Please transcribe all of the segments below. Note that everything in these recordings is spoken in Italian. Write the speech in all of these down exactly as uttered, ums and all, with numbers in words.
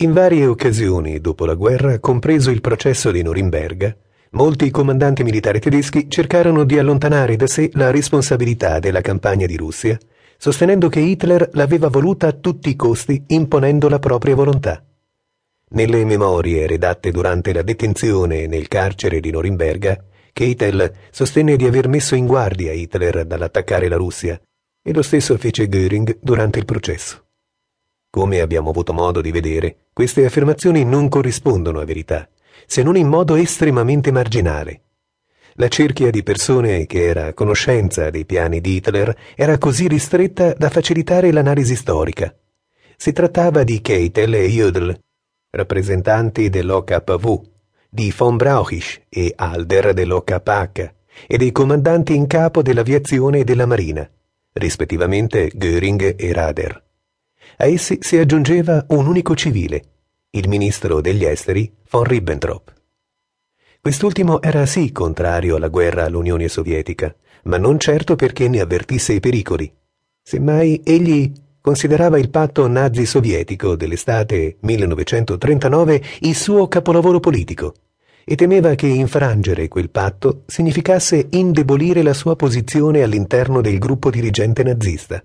In varie occasioni dopo la guerra, compreso il processo di Norimberga, molti comandanti militari tedeschi cercarono di allontanare da sé la responsabilità della campagna di Russia, sostenendo che Hitler l'aveva voluta a tutti i costi, imponendo la propria volontà. Nelle memorie redatte durante la detenzione nel carcere di Norimberga, Keitel sostenne di aver messo in guardia Hitler dall'attaccare la Russia, e lo stesso fece Göring durante il processo. Come abbiamo avuto modo di vedere, queste affermazioni non corrispondono a verità, se non in modo estremamente marginale. La cerchia di persone che era a conoscenza dei piani di Hitler era così ristretta da facilitare l'analisi storica. Si trattava di Keitel e Jodl, rappresentanti dell'O K V, di von Brauchitsch e Halder dell'O K H e dei comandanti in capo dell'aviazione e della marina, rispettivamente Göring e Rader. A essi si aggiungeva un unico civile, il ministro degli esteri von Ribbentrop. Quest'ultimo era sì contrario alla guerra all'Unione Sovietica, ma non certo perché ne avvertisse i pericoli. Semmai egli considerava il patto nazi-sovietico dell'estate millenovecentotrentanove il suo capolavoro politico e temeva che infrangere quel patto significasse indebolire la sua posizione all'interno del gruppo dirigente nazista.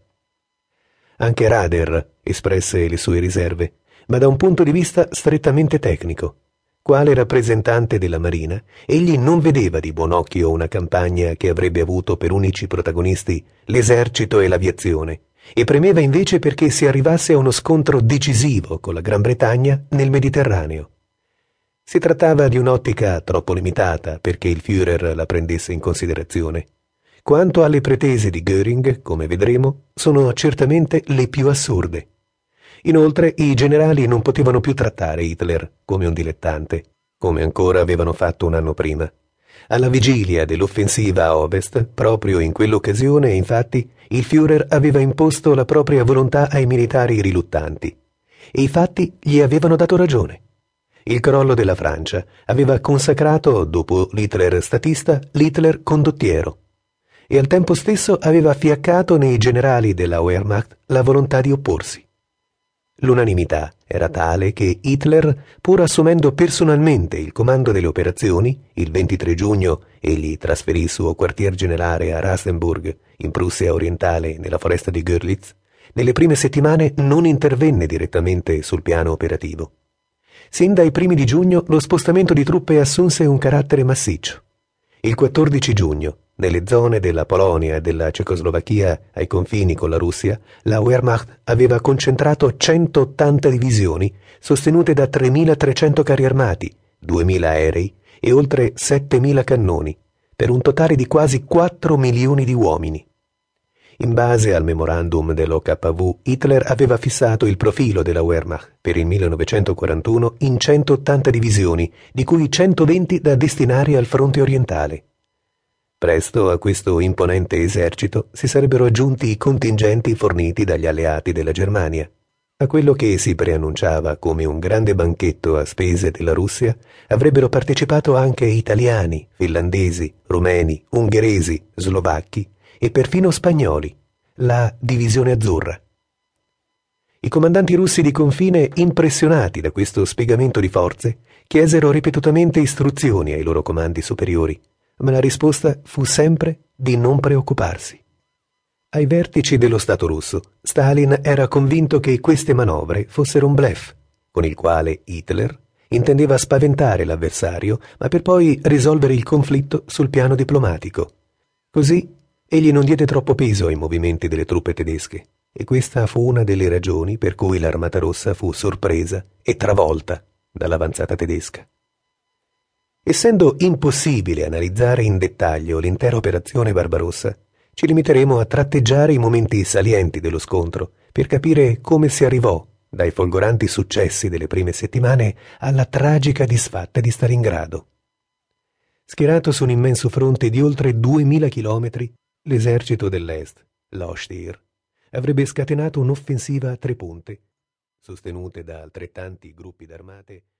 Anche Rader espresse le sue riserve, ma da un punto di vista strettamente tecnico. Quale rappresentante della Marina, egli non vedeva di buon occhio una campagna che avrebbe avuto per unici protagonisti l'esercito e l'aviazione, e premeva invece perché si arrivasse a uno scontro decisivo con la Gran Bretagna nel Mediterraneo. Si trattava di un'ottica troppo limitata perché il Führer la prendesse in considerazione. Quanto alle pretese di Göring, come vedremo, sono certamente le più assurde. Inoltre, i generali non potevano più trattare Hitler come un dilettante, come ancora avevano fatto un anno prima. Alla vigilia dell'offensiva a ovest, proprio in quell'occasione, infatti, il Führer aveva imposto la propria volontà ai militari riluttanti. E i fatti gli avevano dato ragione. Il crollo della Francia aveva consacrato, dopo l'Hitler statista, l'Hitler condottiero. E al tempo stesso aveva fiaccato nei generali della Wehrmacht la volontà di opporsi. L'unanimità era tale che Hitler, pur assumendo personalmente il comando delle operazioni, il ventitré giugno egli trasferì il suo quartier generale a Rastenburg, in Prussia orientale, nella foresta di Görlitz, nelle prime settimane non intervenne direttamente sul piano operativo. Sin dai primi di giugno lo spostamento di truppe assunse un carattere massiccio. Il quattordici giugno, nelle zone della Polonia e della Cecoslovacchia ai confini con la Russia, la Wehrmacht aveva concentrato centottanta divisioni sostenute da tremilatrecento carri armati, duemila aerei e oltre settemila cannoni, per un totale di quasi quattro milioni di uomini. In base al memorandum dell'O K V, Hitler aveva fissato il profilo della Wehrmacht per il millenovecentoquarantuno in centottanta divisioni, di cui centoventi da destinare al fronte orientale. Presto a questo imponente esercito si sarebbero aggiunti i contingenti forniti dagli alleati della Germania. A quello che si preannunciava come un grande banchetto a spese della Russia avrebbero partecipato anche italiani, finlandesi, rumeni, ungheresi, slovacchi e perfino spagnoli, la Divisione Azzurra. I comandanti russi di confine, impressionati da questo spiegamento di forze, chiesero ripetutamente istruzioni ai loro comandi superiori, ma la risposta fu sempre di non preoccuparsi. Ai vertici dello Stato russo, Stalin era convinto che queste manovre fossero un bluff, con il quale Hitler intendeva spaventare l'avversario, ma per poi risolvere il conflitto sul piano diplomatico. Così egli non diede troppo peso ai movimenti delle truppe tedesche, e questa fu una delle ragioni per cui l'Armata Rossa fu sorpresa e travolta dall'avanzata tedesca. Essendo impossibile analizzare in dettaglio l'intera operazione Barbarossa, ci limiteremo a tratteggiare i momenti salienti dello scontro per capire come si arrivò dai folgoranti successi delle prime settimane alla tragica disfatta di Stalingrado. Schierato su un immenso fronte di oltre duemila chilometri, l'esercito dell'Est, l'Ostier, avrebbe scatenato un'offensiva a tre punte, sostenute da altrettanti gruppi d'armate